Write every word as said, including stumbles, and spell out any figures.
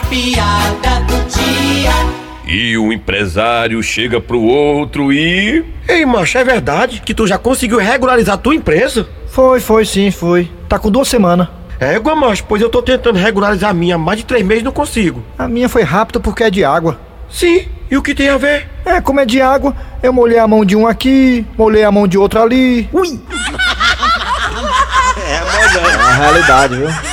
piada do dia. E o empresário chega pro outro e... Ei, macho, é verdade que tu já conseguiu regularizar tua empresa? Foi, foi sim, foi. Tá com duas semanas. Égua, macho, pois eu tô tentando regularizar a minha há mais de três meses e não consigo. A minha foi rápida porque é de água. Sim, e o que tem a ver? É, como é de água, eu molhei a mão de um aqui, molhei a mão de outro ali. Ui! É, mas é. É a realidade, viu?